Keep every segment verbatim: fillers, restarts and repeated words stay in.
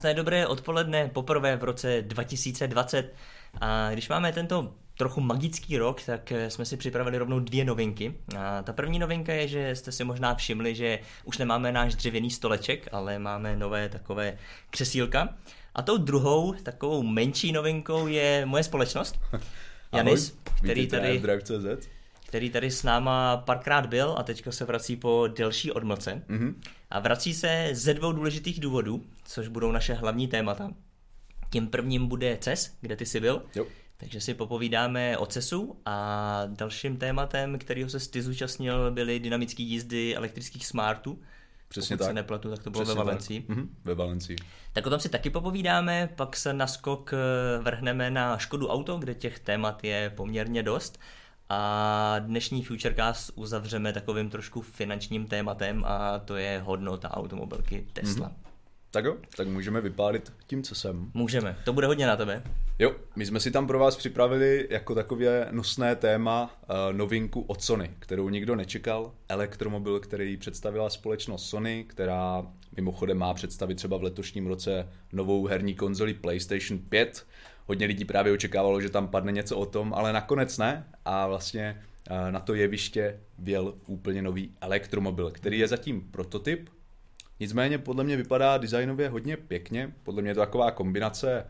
Dobré odpoledne, poprvé v roce dva tisíce dvacet. A když máme tento trochu magický rok, tak jsme si připravili rovnou dvě novinky. A ta první novinka je, že jste si možná všimli, že už nemáme náš dřevěný stoleček, ale máme nové takové křesílka. A tou druhou, takovou menší novinkou je moje společnost. Janis, který tady, který tady s náma párkrát byl a teďka se vrací po delší odmlce. Mm-hmm. A vrací se ze dvou důležitých důvodů, což budou naše hlavní témata. Tím prvním bude C E S, kde ty jsi byl. Jo. Takže si popovídáme o C E Su a dalším tématem, kterého se ty zúčastnil, byly dynamické jízdy elektrických smartů. Přesně Pokud tak. se nepletu, tak to bylo Přesně ve Valencii. Mhm, ve Valencii. Tak o tom si taky popovídáme, pak se na skok vrhneme na Škodu Auto, kde těch témat je poměrně dost. A dnešní Futurecast uzavřeme takovým trošku finančním tématem a to je hodnota automobilky Tesla. Mm-hmm. Tak jo, tak můžeme vypálit tím, co jsem. Můžeme, to bude hodně na tebe. Jo, my jsme si tam pro vás připravili jako takové nosné téma uh, novinku od Sony, kterou nikdo nečekal. Elektromobil, který představila společnost Sony, která mimochodem má představit třeba v letošním roce novou herní konzoli PlayStation pět. Hodně lidí právě očekávalo, že tam padne něco o tom, ale nakonec ne a vlastně uh, na to jeviště vjel úplně nový elektromobil, který je zatím prototyp. Nicméně podle mě vypadá designově hodně pěkně, podle mě je to taková kombinace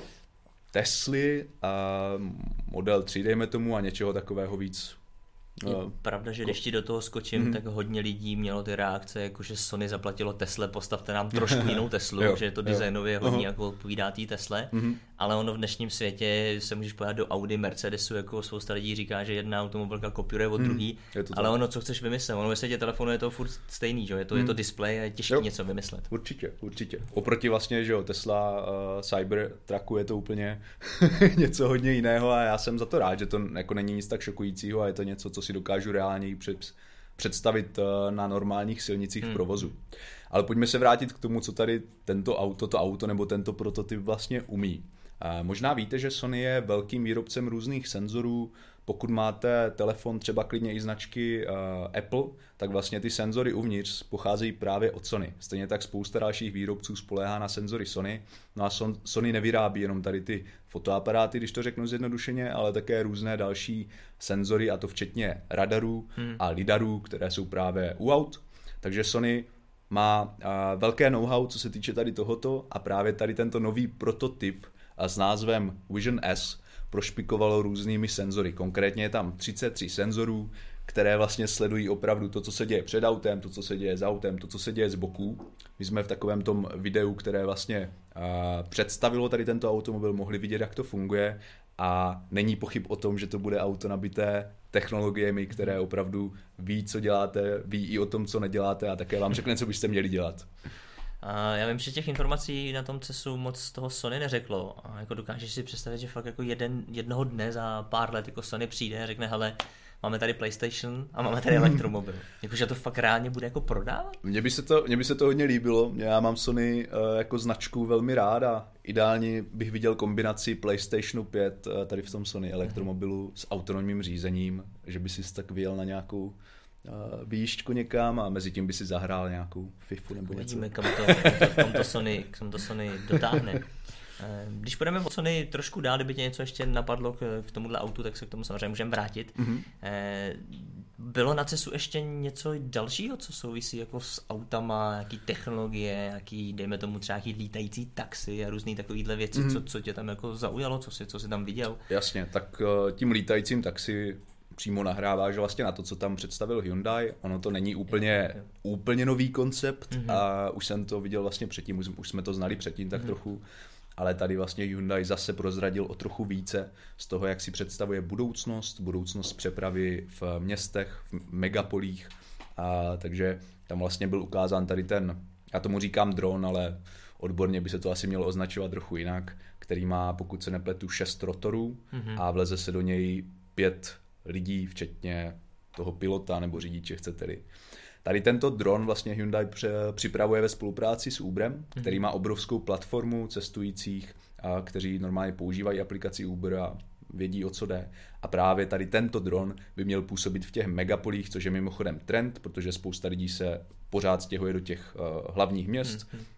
Tesly a Model tři, dejme tomu, a něčeho takového víc. Je uh, pravda, že když ti do toho skočím, mm. tak hodně lidí mělo ty reakce, jako že Sony zaplatilo Tesle, postavte nám trošku jinou Teslu, jo, že to designově hodně uh-huh. jako odpovídá té Tesle, mm-hmm. ale ono v dnešním světě se můžeš podívat do Audi, Mercedesu, jako spousta lidí říká, že jedna automobilka kopíruje od mm. druhý, ale ono, co chceš vymyslet, ono ve světě telefonu je to furt stejný, že? Je to, mm. je to displej a je těžké něco vymyslet. Určitě, určitě. Oproti vlastně, že jo, Tesla uh, Cybertrucku je to úplně něco hodně jiného a já jsem za to rád, že to jako není nic tak šokujícího a je to něco, co si dokážu reálně před, představit na normálních silnicích hmm. v provozu. Ale pojďme se vrátit k tomu, co tady tento auto, to auto nebo tento prototyp vlastně umí. Možná víte, že Sony je velkým výrobcem různých senzorů. Pokud máte telefon třeba klidně i značky uh, Apple, tak vlastně ty senzory uvnitř pocházejí právě od Sony. Stejně tak spousta dalších výrobců spoléhá na senzory Sony. No a Son, Sony nevyrábí jenom tady ty fotoaparáty, když to řeknu zjednodušeně, ale také různé další senzory, a to včetně radarů hmm. a lidarů, které jsou právě u aut. Takže Sony má uh, velké know-how, co se týče tady tohoto, a právě tady tento nový prototyp uh, s názvem Vision S prošpikovalo různými senzory. Konkrétně je tam třicet tři senzorů, které vlastně sledují opravdu to, co se děje před autem, to, co se děje za autem, to, co se děje z boku. My jsme v takovém tom videu, které vlastně uh, představilo tady tento automobil, mohli vidět, jak to funguje, a není pochyb o tom, že to bude auto nabité technologiemi, které opravdu ví, co děláte, ví i o tom, co neděláte, a také vám řekne, co byste měli dělat. A já vím, že těch informací na tom C E Su moc z toho Sony neřeklo. A jako dokážeš si představit, že fakt jako jeden, jednoho dne za pár let jako Sony přijde a řekne, hele, máme tady PlayStation a máme tady elektromobil. Jakože to fakt reálně bude jako prodávat? Mně by se to, mně by se to hodně líbilo. Já mám Sony uh, jako značku velmi rád a ideálně bych viděl kombinaci PlayStationu pět uh, tady v tom Sony elektromobilu s autonomním řízením, že by si tak vyjel na nějakou Uh, výjížďku někam a mezi tím by si zahrál nějakou fifu nebo něco. Vidíme, kam to, kam to, Sony, kam to Sony dotáhne. Když půjdeme od Sony trošku dál, kdyby tě něco ještě napadlo k, k tomuhle autu, tak se k tomu samozřejmě můžeme vrátit. Mm-hmm. Bylo na C E Su ještě něco dalšího, co souvisí jako s autama, nějaký technologie, nějaký, dejme tomu třeba nějaký lítající taxi a různý takovýhle věci, mm-hmm. co, co tě tam jako zaujalo, co jsi, co jsi tam viděl? Jasně, tak tím lítajícím taxi přímo nahrává, že vlastně na to, co tam představil Hyundai. Ono to není úplně, úplně nový koncept mm-hmm. a už jsem to viděl vlastně předtím, už, už jsme to znali předtím tak mm-hmm. trochu, ale tady vlastně Hyundai zase prozradil o trochu více z toho, jak si představuje budoucnost, budoucnost přepravy v městech, v megapolích, a takže tam vlastně byl ukázán tady ten, já tomu říkám dron, ale odborně by se to asi mělo označovat trochu jinak, který má, pokud se nepletu, šest rotorů mm-hmm. a vleze se do něj pět lidí, včetně toho pilota nebo řidiče, chcete-li. Tady tento dron vlastně Hyundai připravuje ve spolupráci s Uberem, který má obrovskou platformu cestujících, a kteří normálně používají aplikaci Uber a vědí, o co jde. A právě tady tento dron by měl působit v těch megapolích, což je mimochodem trend, protože spousta lidí se pořád stěhuje do těch uh, hlavních měst.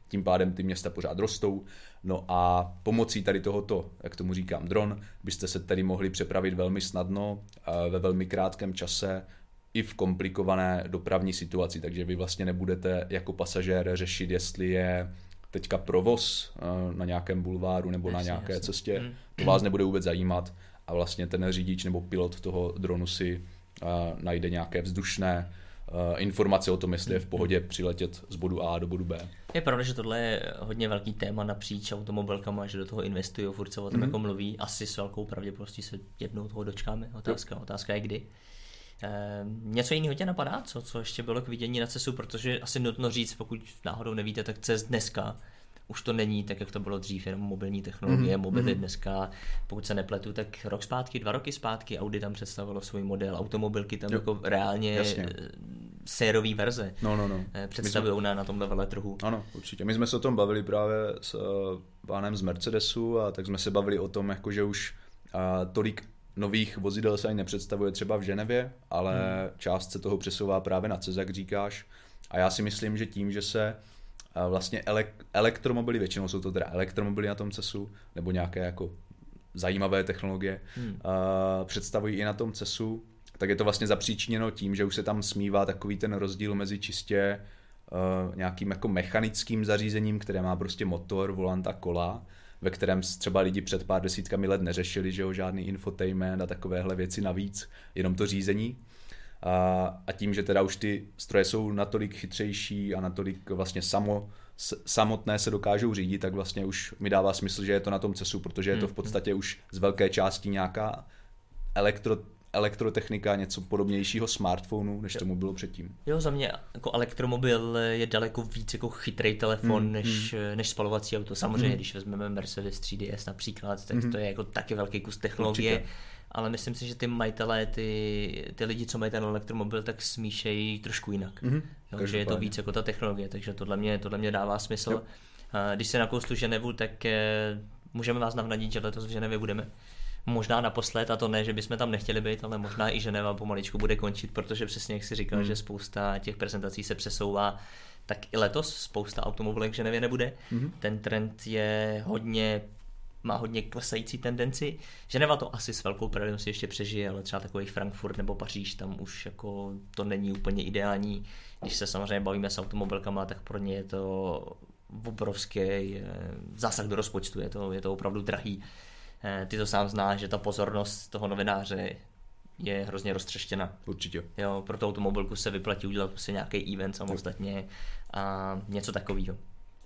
tím pádem ty města pořád rostou. No a pomocí tady tohoto, jak tomu říkám, dron, byste se tedy mohli přepravit velmi snadno, ve velmi krátkém čase, i v komplikované dopravní situaci, takže vy vlastně nebudete jako pasažér řešit, jestli je teďka provoz na nějakém bulváru nebo jasně, na nějaké jasně. cestě, hmm. to vás nebude vůbec zajímat a vlastně ten řidič nebo pilot toho dronu si uh, najde nějaké vzdušné uh, informace o tom, jestli je v pohodě přiletět z bodu A do bodu B. Je pravda, že tohle je hodně velký téma napříč automobilkama, že do toho investují, furt se o tom hmm. jako mluví, asi s velkou pravděpodobností se jednou toho dočkáme, otázka, jo. otázka je kdy. E, něco jiného tě napadá, co, co ještě bylo k vidění na cestu, protože asi nutno říct, pokud náhodou nevíte, tak cest dneska už to není tak, jak to bylo dřív, jenom mobilní technologie, mm-hmm. mobily dneska, pokud se nepletu, tak rok zpátky, dva roky zpátky Audi tam představilo svůj model, automobilky tam jo. jako reálně Jasně. sérový verze no, no, no. představují jsme... na, na tomhle veletrhu. Ano, určitě. My jsme se o tom bavili právě s uh, pánem z Mercedesu a tak jsme se bavili o tom, jako, že už uh, tolik nových vozidel se ani nepředstavuje třeba v Ženevě, ale hmm. část se toho přesouvá právě na CES, jak říkáš. A já si myslím, že tím, že se vlastně elek- elektromobily, většinou jsou to teda elektromobily na tom CESu, nebo nějaké jako zajímavé technologie, hmm. uh, představují i na tom CESu, tak je to vlastně zapříčiněno tím, že už se tam smívá takový ten rozdíl mezi čistě uh, nějakým jako mechanickým zařízením, které má prostě motor, volant a kola, ve kterém třeba lidi před pár desítkami let neřešili, že jo, žádný infotainment a takovéhle věci navíc, jenom to řízení. A, a tím, že teda už ty stroje jsou natolik chytřejší a natolik vlastně samo, s, samotné se dokážou řídit, tak vlastně už mi dává smysl, že je to na tom CESu, protože je to v podstatě už z velké části nějaká elektro, elektrotechnika, něco podobnějšího smartphonu, než tomu bylo předtím. Jo, za mě jako elektromobil je daleko víc jako chytrý telefon, hmm, hmm. než, než spalovací auto. Samozřejmě, hmm. když vezmeme Mercedes tři D S například, tak hmm. to je jako taky velký kus technologie. Určitě. Ale myslím si, že ty majitelé, ty, ty lidi, co mají ten elektromobil, tak smíšejí trošku jinak. Mm-hmm. Jo, že je to víc jako ta technologie, takže tohle mě, tohle mě dává smysl. Jo. Když se nakouslu Ženevu, tak je, můžeme vás navnadit, že letos v Ženevě budeme. Možná naposled, a to ne, že bychom tam nechtěli být, ale možná i Ženeva pomaličku bude končit, protože přesně jak jsi říkal, mm. že spousta těch prezentací se přesouvá, tak i letos spousta automobilek v Ženevě nebude. Mm-hmm. Ten trend je hodně má hodně klesající tendenci. Ženeva to asi s velkou pravděpodobností ještě přežije, ale třeba takový Frankfurt nebo Paříž, tam už jako to není úplně ideální. Když se samozřejmě bavíme s automobilkama, tak pro ně je to obrovský zásah do rozpočtu, je to, je to opravdu drahý. Ty to sám znáš, že ta pozornost toho novináře je hrozně roztřeštěna. Určitě. Jo, pro tu automobilku se vyplatí udělat prostě nějaký event samostatně a něco takového.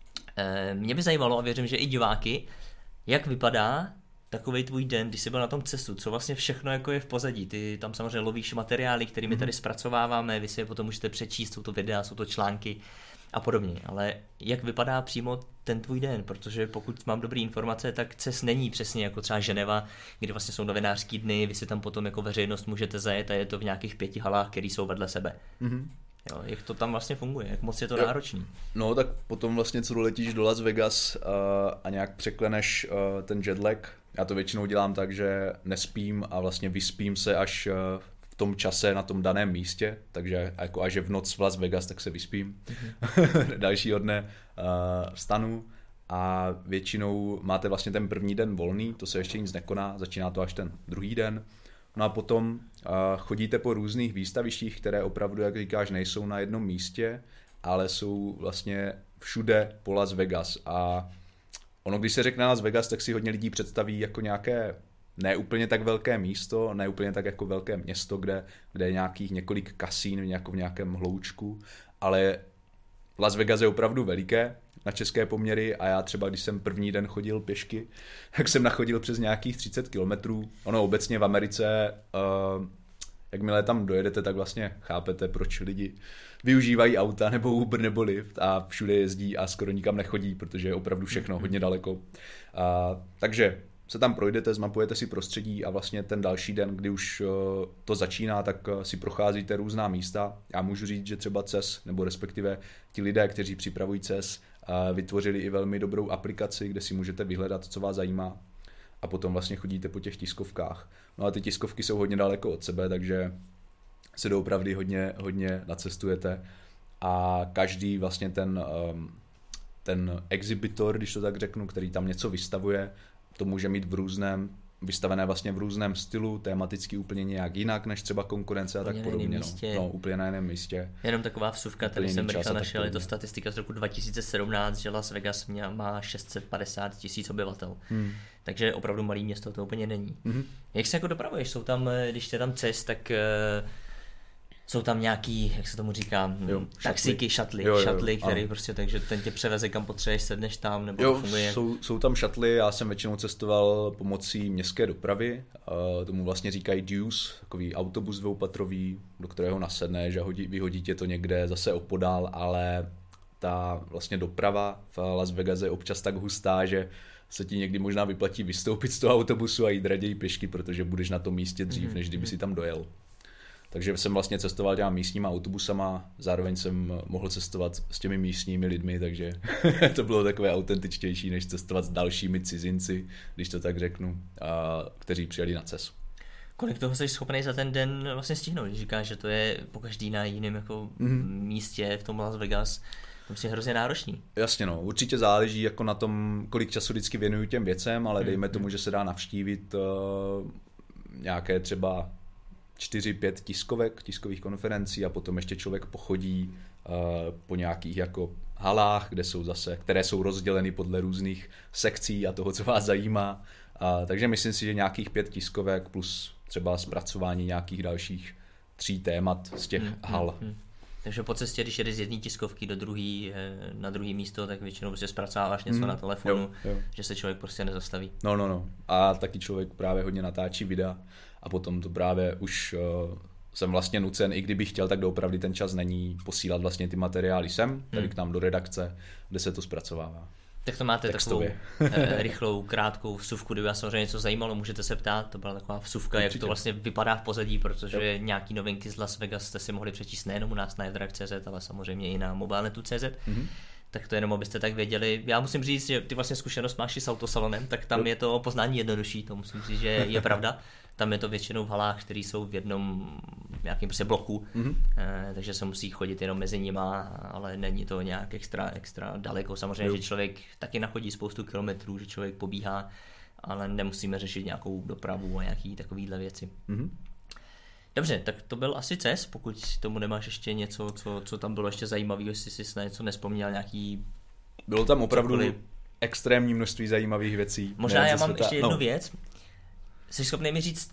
Mě by zajímalo, a věřím, že i diváky, jak vypadá takovej tvůj den, když jsi byl na tom CESu, co vlastně všechno jako je v pozadí. Ty tam samozřejmě lovíš materiály, kterými tady zpracováváme, vy si je potom můžete přečíst, jsou to videa, jsou to články a podobně. Ale jak vypadá přímo ten tvůj den, protože pokud mám dobré informace, tak CES není přesně jako třeba Ženeva, kde vlastně jsou novinářský dny, vy si tam potom jako veřejnost můžete zajet a je to v nějakých pěti halách, které jsou vedle sebe. Mm-hmm. Jo, jak to tam vlastně funguje, jak moc je to jo. náročný? No tak potom vlastně, co doletíš do Las Vegas uh, a nějak překleneš uh, ten jetlag, já to většinou dělám tak, že nespím a vlastně vyspím se až uh, v tom čase na tom daném místě, takže jako až je v noc v Las Vegas, tak se vyspím. Mm-hmm. Dalšího dne uh, vstanu a většinou máte vlastně ten první den volný, to se ještě nic nekoná, začíná to až ten druhý den. No a potom uh, chodíte po různých výstavištích, které opravdu, jak říkáš, nejsou na jednom místě, ale jsou vlastně všude po Las Vegas. A ono, když se řekne Las Vegas, tak si hodně lidí představí jako nějaké ne úplně tak velké místo, ne úplně tak jako velké město, kde, kde je nějakých několik kasín jako v nějakém hloučku, ale Las Vegas je opravdu veliké na české poměry a já třeba, když jsem první den chodil pěšky, tak jsem nachodil přes nějakých třicet kilometrů. Ono obecně v Americe, uh, jakmile tam dojedete, tak vlastně chápete, proč lidi využívají auta nebo Uber nebo Lyft a všude jezdí a skoro nikam nechodí, protože je opravdu všechno hodně daleko. Uh, takže se tam projdete, zmapujete si prostředí a vlastně ten další den, kdy už to začíná, tak si procházíte různá místa. Já můžu říct, že třeba CES, nebo respektive ti lidé, kteří připravují CES, vytvořili i velmi dobrou aplikaci, kde si můžete vyhledat, co vás zajímá a potom vlastně chodíte po těch tiskovkách. No a ty tiskovky jsou hodně daleko od sebe, takže se doopravdy hodně, hodně nacestujete a každý vlastně ten, ten exhibitor, když to tak řeknu, který tam něco vystavuje, to může mít v různém, vystavené vlastně v různém stylu, tematicky úplně nějak jinak než třeba konkurence a úplně tak podobně. Místě. No. no, úplně na jiném místě. Jenom taková vsuvka, tady jsem rychle našel, je to statistika z roku dva tisíce sedmnáct, že Las Vegas má šest set padesát tisíc obyvatel. Hmm. Takže opravdu malý město to úplně není. Hmm. Jak se jako dopravuješ? Jsou tam, když je tam cest, tak uh, jsou tam nějaký, jak se tomu říká, jo, taxíky, šatly, šatly, který prostě, takže ten tě převeze kam potřebuješ, sedneš tam, nebo jo, funguje? Jsou, jsou tam šatly, já jsem většinou cestoval pomocí městské dopravy, uh, tomu vlastně říkají Deuce, takový autobus dvoupatrový, do kterého nasedneš a hodí, vyhodí tě to někde zase opodál, ale ta vlastně doprava v Las Vegas je občas tak hustá, že se ti někdy možná vyplatí vystoupit z toho autobusu a jít raději pěšky, protože budeš na tom místě dřív, než kdyby si tam dojel. Takže jsem vlastně cestoval těma místníma autobusama, zároveň jsem mohl cestovat s těmi místními lidmi, takže to bylo takové autentičtější, než cestovat s dalšími cizinci, když to tak řeknu, a, kteří přijeli na ces. Kolik toho jsi schopný za ten den vlastně stihnout, když říkáš, že to je pokaždý na jiném jako mm-hmm. místě v tom Las Vegas, to je hrozně náročný. Jasně no, určitě záleží jako na tom, kolik času vždycky věnuju těm věcem, ale dejme mm-hmm. tomu, že se dá navštívit uh, nějaké třeba čtyři pět tiskovek, tiskových konferencí a potom ještě člověk pochodí uh, po nějakých jako halách, kde jsou zase, které jsou rozděleny podle různých sekcí a toho, co vás zajímá. Uh, takže myslím si, že nějakých pět tiskovek plus třeba zpracování nějakých dalších tří témat z těch hmm, hal. Hmm, hmm. Takže po cestě, když jedeš z jedné tiskovky do druhý, na druhé místo, tak většinou prostě zpracováváš něco hmm, na telefonu, jo, jo. že se člověk prostě nezastaví. No, no, no. A taky člověk právě hodně natáčí videa a potom to právě už uh, jsem vlastně nucen, i kdybych chtěl, tak doopravdy ten čas není posílat vlastně ty materiály sem, tady hmm. k nám do redakce, kde se to zpracovává. Tak to máte textově. Takovou e, rychlou, krátkou vsuvku, kdyby vás samozřejmě něco zajímalo, můžete se ptát, to byla taková vsuvka, určitě. Jak to vlastně vypadá v pozadí, protože jo. nějaký novinky z Las Vegas jste si mohli přečíst nejenom u nás na jedrak tečka cé zet, ale samozřejmě i na mobilenetu tečka cé zet. Mm-hmm. Tak to jenom, abyste tak věděli. Já musím říct, že ty vlastně zkušenost máš i s autosalonem, tak tam jo. je to poznání jednodušší, to musím říct, že je pravda. Tam je to většinou v halách, které jsou v jednom nějakém prostě bloku, mm-hmm. eh, takže se musí chodit jenom mezi nima, ale není to nějak extra, extra daleko. Samozřejmě, jo. že člověk taky nachodí spoustu kilometrů, že člověk pobíhá, ale nemusíme řešit nějakou dopravu a nějaký takovýhle věci. Mm-hmm. Dobře, tak to byl asi ces, pokud tomu nemáš ještě něco, co, co tam bylo ještě zajímavého, jestli jsi na něco nespomněl, nějaký... Bylo tam opravdu cokoliv. Extrémní množství zajímavých věcí. Možná já mám světa. ještě jednu no. věc. Jsi schopný mi říct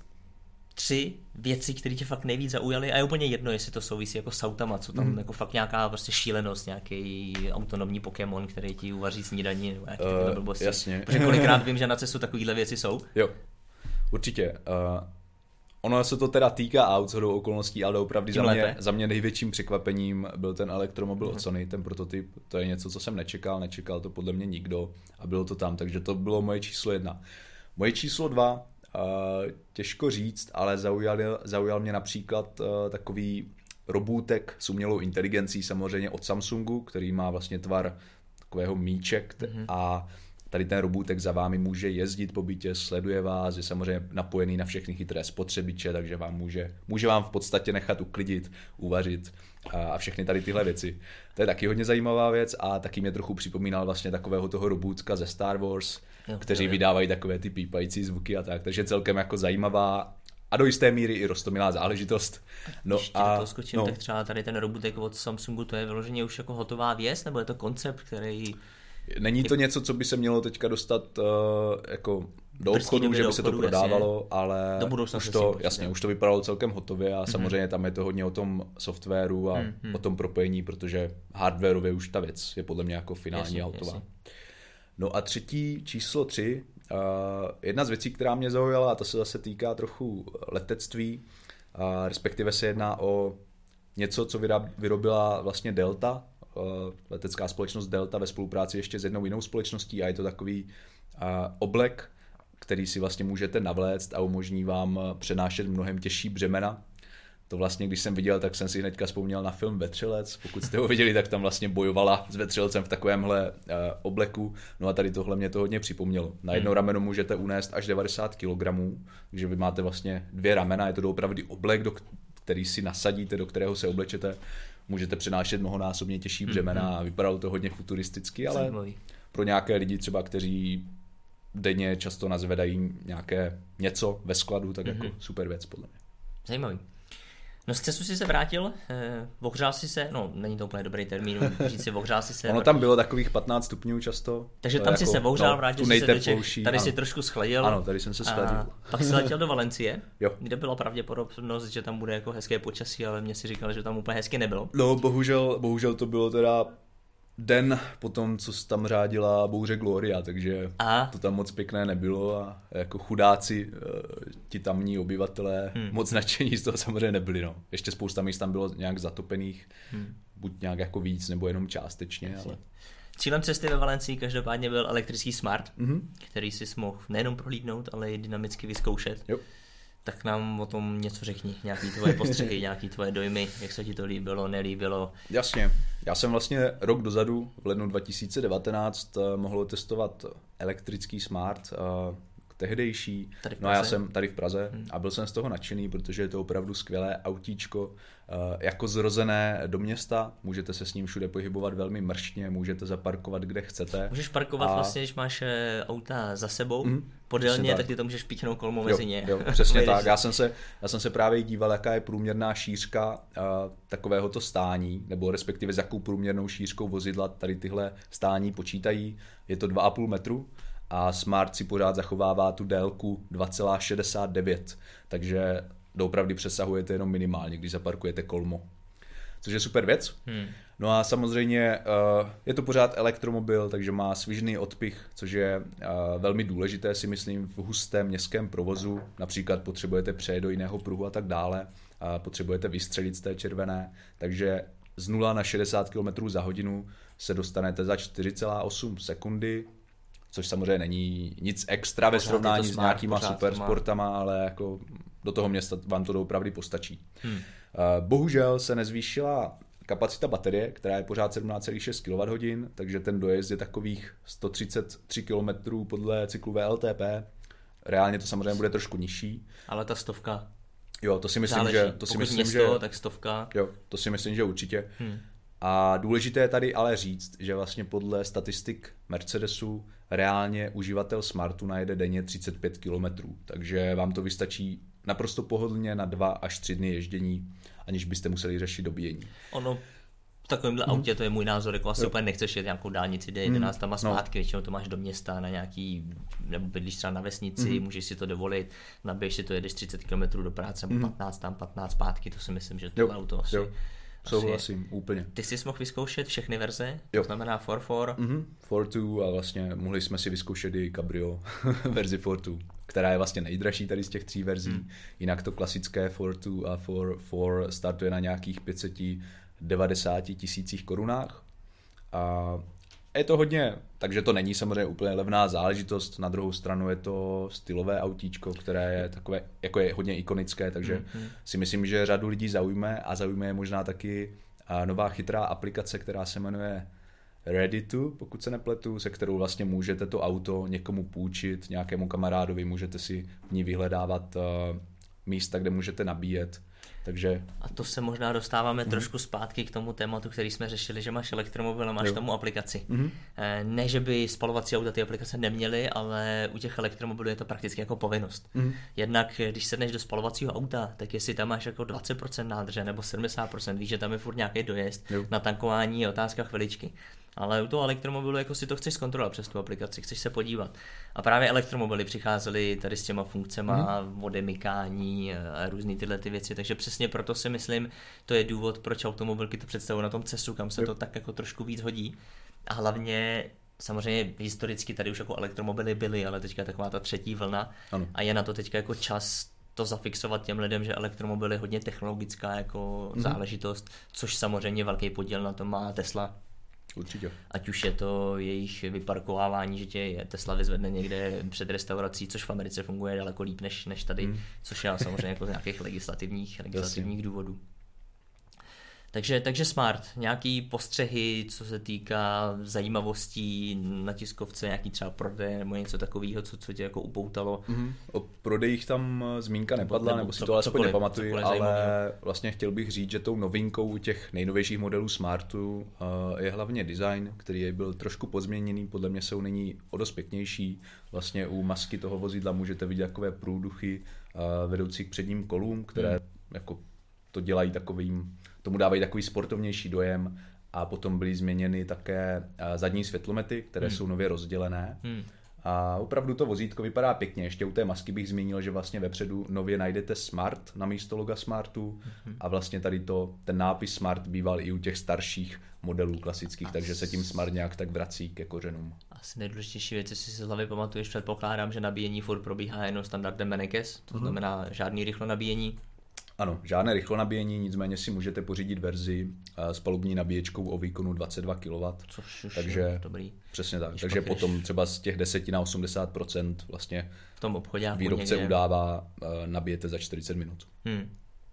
tři věci, které tě fakt nejvíc zaujaly a je úplně jedno, jestli to souvisí jako s autama, co tam mm. jako fakt nějaká prostě šílenost, nějaký autonomní Pokémon, který ti uvaří snídaní nebo nějaký uh, blbosti. Jasně. Protože kolikrát vím, že na cestu takovýhle věci jsou. Jo, určitě. Uh, ono se to teda týká aut, shodou okolností, ale opravdu za mě, za mě největším překvapením byl ten elektromobil mm. od Sony, ten prototyp. To je něco, co jsem nečekal, nečekal to podle mě nikdo a bylo to tam, takže to bylo moje číslo jedna. Moje číslo dva, Uh, těžko říct, ale zaujal, zaujal mě například uh, takový robůtek s umělou inteligencí samozřejmě od Samsungu, který má vlastně tvar takového míček mm-hmm. a tady ten robůtek za vámi může jezdit po bytě, sleduje vás, je samozřejmě napojený na všechny chytré spotřebiče, takže vám může, může vám v podstatě nechat uklidit, uvařit a, a všechny tady tyhle věci. To je taky hodně zajímavá věc a taky mě trochu připomínal vlastně takového toho robůtka ze Star Wars, jo, kteří jo, jo. vydávají takové ty pípající zvuky a tak, takže celkem jako zajímavá a do jisté míry i roztomilá záležitost. No Když a to skočím, no. tak třeba tady ten robůtek od Samsungu, to je vyloženě už jako hotová věc, nebo je to koncept, který... Není to něco, co by se mělo teďka dostat uh, jako do obchodu, že by se to prodávalo, jasně. ale už to, jasně, už to vypadalo celkem hotově a mm-hmm. samozřejmě tam je to hodně o tom softwaru a mm-hmm. o tom propojení, protože hardwarově už ta věc je podle mě jako finální jasně, hotová. Jasně. No a třetí, číslo tři, uh, jedna z věcí, která mě zaujala, a to se zase týká trochu letectví, uh, respektive se jedná o něco, co vyrobila vlastně Delta, letecká společnost Delta ve spolupráci ještě s jednou jinou společností a je to takový uh, oblek, který si vlastně můžete navléct a umožní vám přenášet mnohem těžší břemena. To vlastně, když jsem viděl, tak jsem si hnedka vzpomněl na film Vetřelec. Pokud jste ho viděli, tak tam vlastně bojovala s vetřelcem v takovémhle uh, obleku. No a tady tohle mě to hodně připomnělo. Na jedno hmm. rameno můžete unést až devadesát kilogramů, takže vy máte vlastně dvě ramena, je to opravdu oblek, do který si nasadíte, do kterého se oblečete. můžete přenášet mnohonásobně těžší břemena mm-hmm. a vypadalo to hodně futuristicky, ale Zajímavý. Pro nějaké lidi třeba, kteří denně často nazvedají nějaké něco ve skladu, tak mm-hmm. jako super věc podle mě. Zajímavý. No z cestu jsi se vrátil, eh, ohřál jsi se, no není to úplně dobrý termín, říct si ohřál jsi se. Ono tam bylo takových patnáct stupňů často. Takže tam jako, si se ohřál, no, vrátil jsi se do Čech, tady ano. si trošku schladil. Ano, tady jsem se schladil. Pak jsi letěl do Valencie, jo. kde byla pravděpodobnost, že tam bude jako hezké počasí, ale mě si říkal, že tam úplně hezky nebylo. No bohužel, bohužel to bylo teda den po tom, co se tam řádila bouře Gloria, takže a? to tam moc pěkné nebylo a jako chudáci, ti tamní obyvatelé hmm. moc nadšení z toho samozřejmě nebyli. No. Ještě spousta míst tam bylo nějak zatopených, hmm. buď nějak jako víc, nebo jenom částečně. Ale... Cílem cesty ve Valencii každopádně byl elektrický Smart, mm-hmm. který si mohl nejenom prohlídnout, ale i dynamicky vyzkoušet. Jo. Tak nám o tom něco řekni, nějaký tvoje postřehy, nějaký tvoje dojmy, jak se ti to líbilo, nelíbilo. Jasně, já jsem vlastně rok dozadu, v lednu dva tisíce devatenáct, mohl testovat elektrický Smart, tehdejší, no a já jsem tady v Praze hmm. a byl jsem z toho nadšený, protože je to opravdu skvělé autíčko, jako zrozené do města, můžete se s ním všude pohybovat velmi mrštně, můžete zaparkovat kde chcete. Můžeš parkovat a... vlastně, když máš auta za sebou, mm, podélně, tak. tak ty to můžeš píchnout kolmo mezi ně. Jo, přesně tak, já jsem, se, já jsem se právě díval, jaká je průměrná šířka uh, takovéhoto stání, nebo respektive s jakou průměrnou šířkou vozidla tady tyhle stání počítají, je to dva a půl metru. A Smart si pořád zachovává tu délku dva celá šedesát devět, takže doopravdy přesahujete jenom minimálně, když zaparkujete kolmo. Což je super věc. Hmm. No a samozřejmě uh, je to pořád elektromobil, takže má svižný odpich, což je uh, velmi důležité, si myslím, v hustém městském provozu. Například potřebujete přejet do jiného pruhu a tak dále. A potřebujete vystřelit z té červené, takže z nula na šedesát kilometrů za hodinu se dostanete za čtyři celá osm sekundy, což samozřejmě není nic extra ve srovnání s nějakýma supersportama, ale jako do toho města vám to doopravdy postačí. Hmm. Bohužel se nezvýšila kapacita baterie, která je pořád sedmnáct celá šest kilowatthodin, takže ten dojezd je takových sto třicet tři kilometrů podle cyklu V L T P. Reálně to samozřejmě bude trošku nižší. Ale ta stovka. Jo, to si myslím, záleží. že to si Pokud myslím, město, že tak stovka. Jo, to si myslím, že určitě. Hmm. A důležité je tady ale říct, že vlastně podle statistik Mercedesu reálně uživatel Smartu najede denně třicet pět kilometrů, takže vám to vystačí naprosto pohodlně na dva až tři dny ježdění, aniž byste museli řešit dobíjení. Ono v takovémhle hmm. autě, to je můj názor, jako asi úplně nechceš jet nějakou dálnici D jedenáct tam a zpátky, no. Většinou to máš do města na nějaký, nebo bydlíš třeba na vesnici, hmm. můžeš si to dovolit, nabiješ si to, jedeš třicet kilometrů do práce, nebo hmm. patnáct tam, patnáct zpátky, to si myslím, že to auto asi... Jo. Souhlasím, úplně. Ty jsi mohl vyzkoušet všechny verze, jo. To znamená four four. Mm-hmm. four two a vlastně mohli jsme si vyzkoušet i Cabrio verzi four two, která je vlastně nejdražší tady z těch tří verzí. Mm. Jinak to klasické four two a four four startuje na nějakých pět set devadesát tisících korunách. A je to hodně, takže to není samozřejmě úplně levná záležitost, na druhou stranu je to stylové autíčko, které je takové, jako je hodně ikonické, takže mm-hmm. si myslím, že řadu lidí zaujme a zaujme je možná taky nová chytrá aplikace, která se jmenuje Ready to, pokud se nepletu, se kterou vlastně můžete to auto někomu půjčit, nějakému kamarádovi, můžete si v ní vyhledávat místa, kde můžete nabíjet. Takže... A to se možná dostáváme mm. trošku zpátky k tomu tématu, který jsme řešili, že máš elektromobil a máš jo. tomu aplikaci. Mm. Ne, že by spalovací auta ty aplikace neměly, ale u těch elektromobilů je to prakticky jako povinnost. Mm. Jednak, když sedneš do spalovacího auta, tak jestli tam máš jako dvacet procent nádrže nebo sedmdesát procent, víš, že tam je furt nějaký dojezd, jo. na tankování je otázka chviličky. Ale u toho elektromobilu jako si to chceš zkontrolovat přes tu aplikaci, chceš se podívat. A právě elektromobily přicházely tady s těma funkcema mm. odemykání a různý tyhle ty věci, takže přesně proto si myslím, to je důvod, proč automobilky to představují na tom cestu, kam se to tak jako trošku víc hodí. A hlavně samozřejmě historicky tady už jako elektromobily byly, ale teďka je taková ta třetí vlna ano. a je na to teďka jako čas to zafixovat těm lidem, že elektromobil je hodně technologická jako mm. záležitost, což samozřejmě velký podíl na tom má Tesla. Určitě. Ať už je to jejich vyparkovávání, že tě Tesla vyzvedne někde před restaurací, což v Americe funguje daleko líp než, než tady, mm. což je samozřejmě jako z nějakých legislativních, legislativních důvodů. Takže, takže Smart, nějaký postřehy, co se týká zajímavostí na tiskovce, nějaký třeba prodej nebo něco takového, co, co tě jako upoutalo? Mm-hmm. O prodejích tam zmínka nepadla, nebo, nebo si to alespoň cokoliv, nepamatuji, cokoliv ale zajímavý. Vlastně chtěl bych říct, že tou novinkou těch nejnovějších modelů Smartu uh, je hlavně design, který byl trošku pozměněný, podle mě jsou nyní o dost pěknější. Vlastně u masky toho vozidla můžete vidět takové průduchy uh, vedoucí k předním kolům, které hmm. jako to dělají takovým, tomu dávají takový sportovnější dojem, a potom byly změněny také zadní světlomety, které hmm. jsou nově rozdělené. Hmm. A opravdu to vozítko vypadá pěkně. Ještě u té masky bych zmínil, že vlastně vepředu nově najdete Smart na místo loga Smartu hmm. a vlastně tady to, ten nápis Smart býval i u těch starších modelů klasických, As... takže se tím Smart nějak tak vrací ke kořenům. Asi nejdůležitější věc, jestli si z hlavy pamatuješ, předpokládám, že nabíjení furt probíhá jenom standardem Mennekes, to hmm. znamená žádný rychlo nabíjení. Ano, žádné rychlo nabíjení, nicméně si můžete pořídit verzi s palubní nabíječkou o výkonu dvacet dva kilowattů. Což už takže, je dobrý. Přesně tak, Když takže pakeš... potom třeba z těch deset na osmdesát procent vlastně v tom obchodě výrobce někde udává, nabijete za čtyřicet minut. Hmm.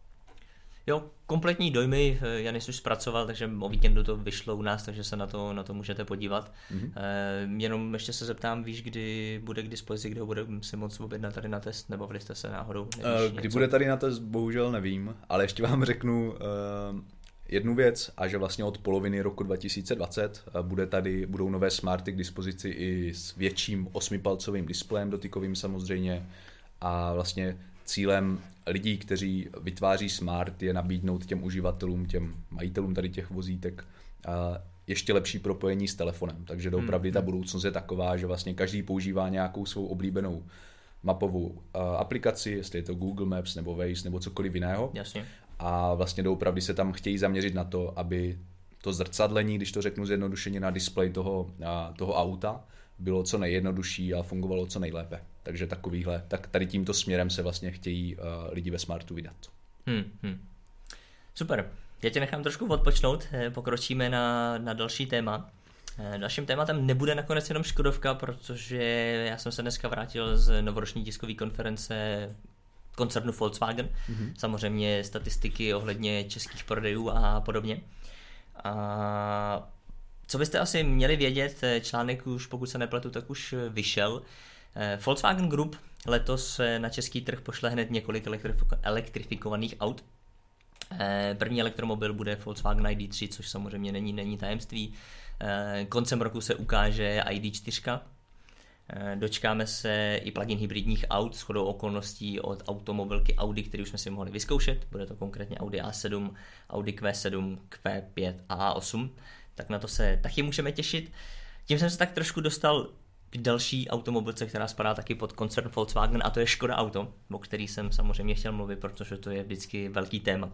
Jo, kompletní dojmy Janis už zpracoval, takže o víkendu to vyšlo u nás, takže se na to, na to můžete podívat. Mm-hmm. E, jenom ještě se zeptám, víš, kdy bude k dispozici, kdy ho bude si moc objednat tady na test, nebo vy jste se náhodou? Nevíš, kdy něco? Bude tady na test, bohužel nevím, ale ještě vám řeknu uh, jednu věc, a že vlastně od poloviny roku dva tisíce dvacet bude tady, budou nové Smarty k dispozici i s větším osmipalcovým displejem dotykovým samozřejmě, a vlastně cílem lidí, kteří vytváří Smart, je nabídnout těm uživatelům, těm majitelům tady těch vozítek ještě lepší propojení s telefonem. Takže doopravdy ta budoucnost je taková, že vlastně každý používá nějakou svou oblíbenou mapovou aplikaci, jestli je to Google Maps nebo Waze nebo cokoliv jiného. Jasně. A vlastně doopravdy se tam chtějí zaměřit na to, aby to zrcadlení, když to řeknu zjednodušeně, na displej toho, toho auta bylo co nejjednodušší a fungovalo co nejlépe. Takže takovýhle, tak tady tímto směrem se vlastně chtějí uh, lidi ve Smartu vydat. Hmm, hmm. Super. Já tě nechám trošku odpočnout, pokročíme na, na další téma. Dalším tématem nebude nakonec jenom Škodovka, protože já jsem se dneska vrátil z novoroční tiskové konference koncernu Volkswagen. Mm-hmm. Samozřejmě statistiky ohledně českých prodejů a podobně. A co byste asi měli vědět, článek už, pokud se nepletu, tak už vyšel. Volkswagen Group letos na český trh pošle hned několik elektrifikovaných aut. První elektromobil bude Volkswagen I D tři, což samozřejmě není, není tajemství. Koncem roku se ukáže I D čtyři. Dočkáme se i plug-in hybridních aut shodou okolností od automobilky Audi, který už jsme si mohli vyzkoušet. Bude to konkrétně Audi A sedm, Audi Q sedm, Q pět a A osm. Tak na to se taky můžeme těšit. Tím jsem se tak trošku dostal k další automobilce, která spadá taky pod koncern Volkswagen, a to je Škoda Auto, o který jsem samozřejmě chtěl mluvit, protože to je vždycky velký téma.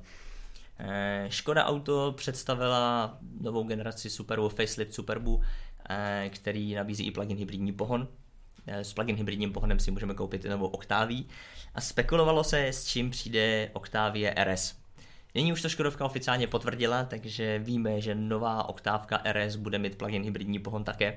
Škoda Auto představila novou generaci Superbu, facelift Superbu, který nabízí i plug-in hybridní pohon. S plug-in hybridním pohonem si můžeme koupit novou Octavii a spekulovalo se, s čím přijde Octavie R S. Nyní už to Škodovka oficiálně potvrdila, takže víme, že nová Octavka R S bude mít plug-in hybridní pohon také.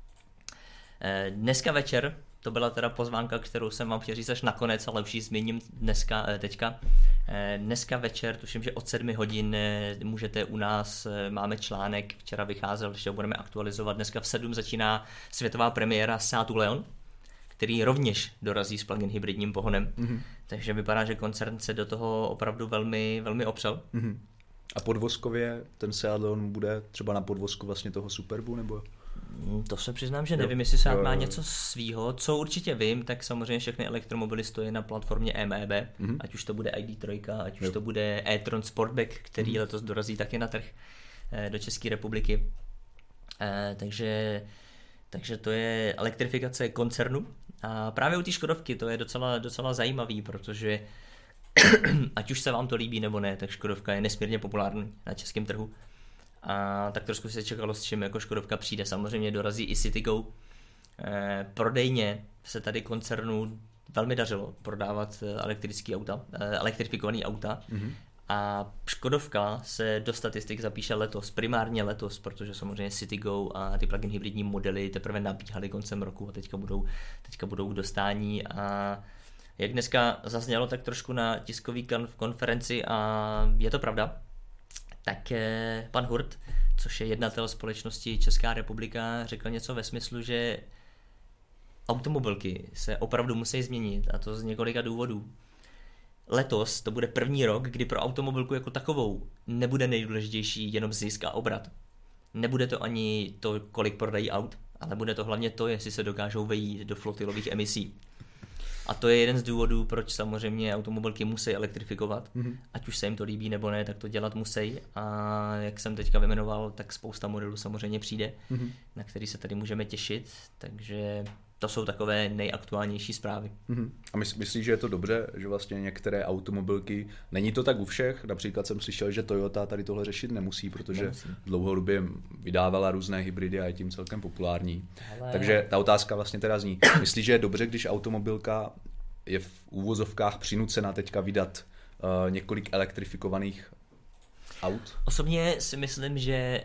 Dneska večer, to byla teda pozvánka, kterou jsem vám chtěl říct až nakonec, ale už ji zmíním dneska, teďka. Dneska večer, tuším, že od sedmi hodin můžete u nás, máme článek, včera vycházel, že ho budeme aktualizovat. Dneska v sedm začíná světová premiéra Seatu Leon, který rovněž dorazí s plug-in hybridním pohonem. Mm-hmm. Takže vypadá, že koncern se do toho opravdu velmi, velmi opřel. Mm-hmm. A podvozkově ten Seat Leon bude třeba na podvozku vlastně toho Superbu, nebo? To se přiznám, že nevím, jo, jestli Seat má něco svýho. Co určitě vím, tak samozřejmě všechny elektromobily stojí na platformě M E B, mm-hmm. ať už to bude I D tři, ať už jo. to bude e-tron Sportback, který mm-hmm. letos dorazí taky na trh do České republiky. Takže, takže to je elektrifikace koncernu. A právě u té Škodovky to je docela, docela zajímavý, protože ať už se vám to líbí nebo ne, tak Škodovka je nesmírně populární na českém trhu. A tak trošku se čekalo, s čím jako Škodovka přijde. Samozřejmě dorazí i Citigo. E, prodejně se tady koncernu velmi dařilo prodávat elektrické auta, elektrifikované auta. Mm-hmm. A Škodovka se do statistik zapíše letos, primárně letos, protože samozřejmě Citigo a ty plug-in hybridní modely teprve nabíhaly koncem roku a teďka budou, teďka budou k dostání. A jak dneska zaznělo tak trošku na tiskové konferenci, a je to pravda, tak eh, pan Hurt, což je jednatel společnosti Česká republika, řekl něco ve smyslu, že automobilky se opravdu musí změnit, a to z několika důvodů. Letos to bude první rok, kdy pro automobilku jako takovou nebude nejdůležitější jenom zisk a obrat. Nebude to ani to, kolik prodají aut, ale bude to hlavně to, jestli se dokážou vejít do flotilových emisí. A to je jeden z důvodů, proč samozřejmě automobilky musí elektrifikovat. Mm-hmm. Ať už se jim to líbí nebo ne, tak to dělat musí. A jak jsem teďka vyjmenoval, tak spousta modelů samozřejmě přijde, mm-hmm. na který se tady můžeme těšit. Takže to jsou takové nejaktuálnější zprávy. Mm-hmm. A mys- myslíš, že je to dobře, že vlastně některé automobilky, není to tak u všech, například jsem slyšel, že Toyota tady tohle řešit nemusí, protože nemusí. Dlouhodobě vydávala různé hybridy a je tím celkem populární. Ale... Takže ta otázka vlastně teda zní, myslíš, že je dobře, když automobilka je v úvozovkách přinucena teďka vydat uh, několik elektrifikovaných aut? Osobně si myslím, že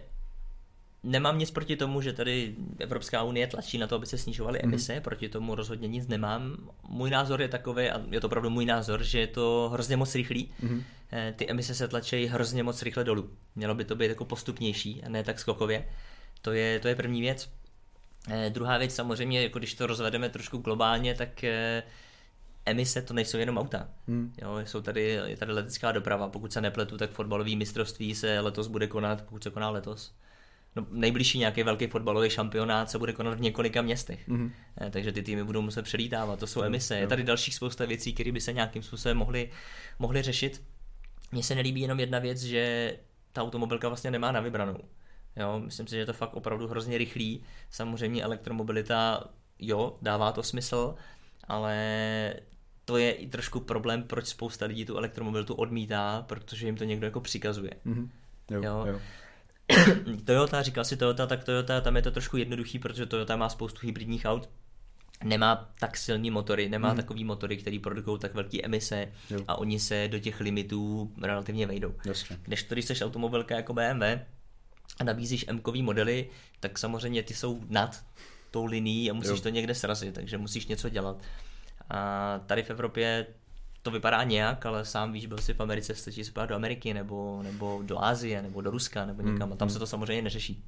nemám nic proti tomu, že tady Evropská unie tlačí na to, aby se snižovaly emise, mm. proti tomu rozhodně nic nemám. Můj názor je takový, a je to opravdu můj názor, že je to hrozně moc rychlý. Mm. Ty emise se tlačí hrozně moc rychle dolů. Mělo by to být jako postupnější a ne tak skokově. To je, to je první věc. Eh, druhá věc samozřejmě, jako když to rozvedeme trošku globálně, tak eh, emise to nejsou jenom auta. Hmm. Jo, jsou tady, je tady letecká doprava. Pokud se nepletu, tak fotbalový mistrovství se letos bude konat, pokud se koná letos. No, nejbližší nějaký velký fotbalový šampionát se bude konat v několika městech. Mm-hmm. Eh, takže ty týmy budou muset přelítávat, to jsou emise. Je tady dalších spousta věcí, které by se nějakým způsobem mohly, mohly řešit. Mně se nelíbí jenom jedna věc, že ta automobilka vlastně nemá na vybranou. Jo, myslím si, že je to fakt opravdu hrozně rychlý. Samozřejmě elektromobilita, jo, dává to smysl, ale to je i trošku problém, proč spousta lidí tu elektromobilitu odmítá, protože jim to někdo jako přikazuje. Mm-hmm. Jo, jo. Jo. Toyota, říkal si Toyota, tak Toyota, tam je to trošku jednoduchý, protože Toyota má spoustu hybridních aut, nemá tak silný motory, nemá hmm. takový motory, který produkují tak velké emise jo. a oni se do těch limitů relativně vejdou. Jasně. Když to, když jsi automobilka jako bé em vé a nabízíš M-kový modely, tak samozřejmě ty jsou nad tou linií a musíš jo. to někde srazit, takže musíš něco dělat. A tady v Evropě to vypadá nějak, ale sám víš, byl jsi v Americe, stačí se do Ameriky, nebo, nebo do Asie, nebo do Ruska, nebo někam, hmm. a tam se to samozřejmě neřeší.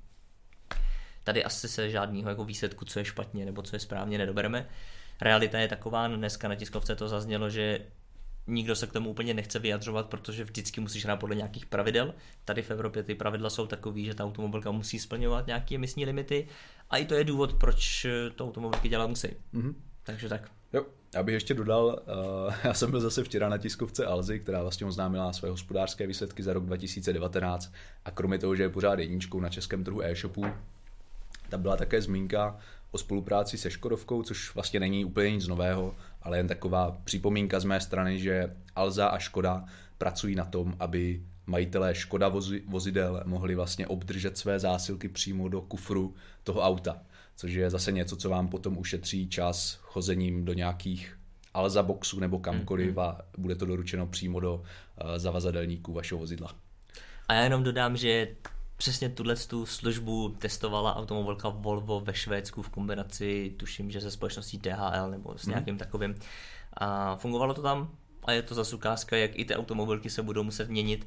Tady asi se žádného jako výsledku, co je špatně, nebo co je správně, nedobereme. Realita je taková, dneska na tiskovce to zaznělo, že nikdo se k tomu úplně nechce vyjadřovat, protože vždycky musíš hrát podle nějakých pravidel. Tady v Evropě ty pravidla jsou takový, že ta automobilka musí splňovat nějaké emisní limity a i to je důvod, proč to automobilky dělat musí. Mm-hmm. Takže tak. Jo. Já bych ještě dodal, uh, já jsem byl zase včera na tiskovce Alzy, která vlastně oznámila své hospodářské výsledky za rok dva tisíce devatenáct a kromě toho, že je pořád jedničkou na českém trhu e-shopu, tam byla také zmínka o spolupráci se Škodovkou, což vlastně není úplně nic nového, ale jen taková připomínka z mé strany, že Alza a Škoda pracují na tom, aby majitelé Škoda vozi, vozidel mohli vlastně obdržet své zásilky přímo do kufru toho auta. Což je zase něco, co vám potom ušetří čas chozením do nějakých Alza boxů nebo kamkoliv a bude to doručeno přímo do uh, zavazadelníků vašeho vozidla. A já jenom dodám, že přesně tuhle tu službu testovala automobilka Volvo ve Švédsku v kombinaci, tuším, že se společností D H L nebo s nějakým mm. takovým. A fungovalo to tam a je to zase ukázka, jak i ty automobilky se budou muset měnit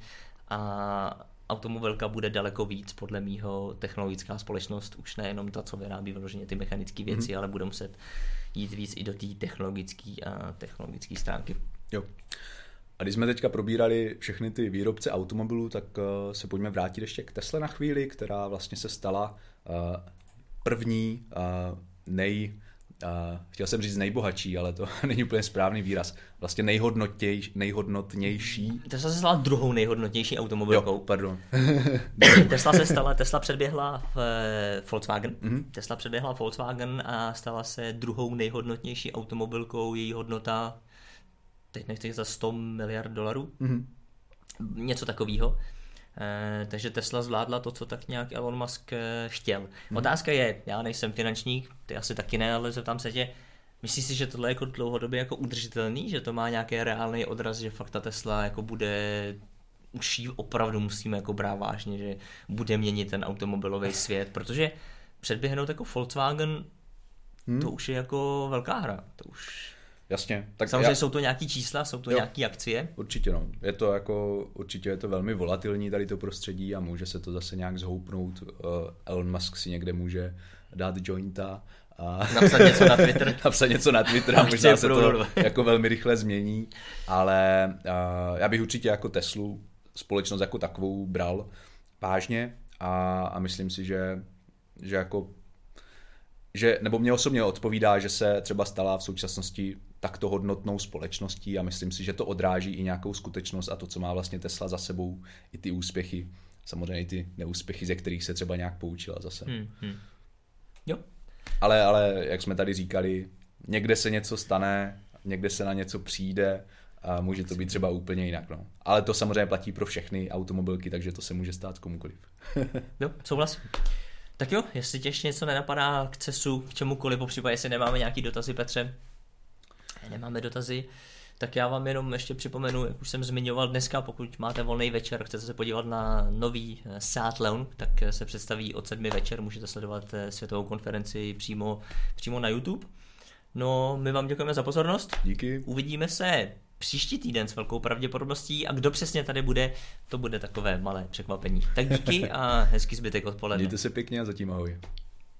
a automobilka bude daleko víc, podle mýho, technologická společnost, už nejenom ta, co vyrábí vyloženě ty mechanické věci, mm. ale bude muset jít víc i do té technologické a technologické stránky. Jo. A když jsme teďka probírali všechny ty výrobce automobilů, tak uh, se pojďme vrátit ještě k Tesle na chvíli, která vlastně se stala uh, první uh, nej... Uh, chtěl jsem říct nejbohatší, ale to není úplně správný výraz. Vlastně nejhodnotěj, nejhodnotnější. Tesla se stala druhou nejhodnotnější automobilkou. Jo, pardon. Tesla se stala, Tesla předběhla v Volkswagen. Mm-hmm. Tesla předběhla Volkswagen a stala se druhou nejhodnotnější automobilkou. Její hodnota, teď nechci za sto miliard dolarů. Mm-hmm. Něco takového. Eh, takže Tesla zvládla to, co tak nějak Elon Musk eh, chtěl. Hmm. Otázka je, já nejsem finančník, ty asi taky ne, ale zeptám se tě, myslíš si, že tohle je jako dlouhodobě jako udržitelný, že to má nějaký reálný odraz, že fakt ta Tesla jako bude, už ji opravdu musíme jako brát vážně, že bude měnit ten automobilový svět, protože předběhnout jako Volkswagen, hmm. to už je jako velká hra, to už... Jasně. Tak samozřejmě já... jsou to nějaký čísla, jsou to jo. nějaký akcie. Určitě no. Je to jako, určitě je to velmi volatilní tady to prostředí a může se to zase nějak zhoupnout. Uh, Elon Musk si někde může dát jointa a napsat něco na Twitter. napsat něco na Twitter a možná se to jako velmi rychle změní, ale uh, já bych určitě jako Teslu, společnost jako takovou bral vážně a, a myslím si, že, že jako že, nebo mě osobně odpovídá, že se třeba stala v současnosti takto hodnotnou společností a myslím si, že to odráží i nějakou skutečnost a to, co má vlastně Tesla za sebou, i ty úspěchy, samozřejmě i ty neúspěchy, ze kterých se třeba nějak poučila zase. Hmm, hmm. Jo. Ale, ale jak jsme tady říkali, někde se něco stane, někde se na něco přijde a může to být třeba úplně jinak. No. Ale to samozřejmě platí pro všechny automobilky, takže to se může stát komukoliv. Jo, souhlasím. Tak jo, jestli tě ještě něco nenapadá k cesu, k čemukoliv, popřípadě jestli nemáme nějaký dotazy, Petře, nemáme dotazy, tak já vám jenom ještě připomenu, jak už jsem zmiňoval dneska, pokud máte volný večer, chcete se podívat na nový Seat Leon, tak se představí od sedmi večer, můžete sledovat světovou konferenci přímo, přímo na YouTube. No, my vám děkujeme za pozornost. Díky. Uvidíme se příští týden s velkou pravděpodobností a kdo přesně tady bude, to bude takové malé překvapení. Tak díky a hezký zbytek odpoledne. Mějte se pěkně a zatím ahoj.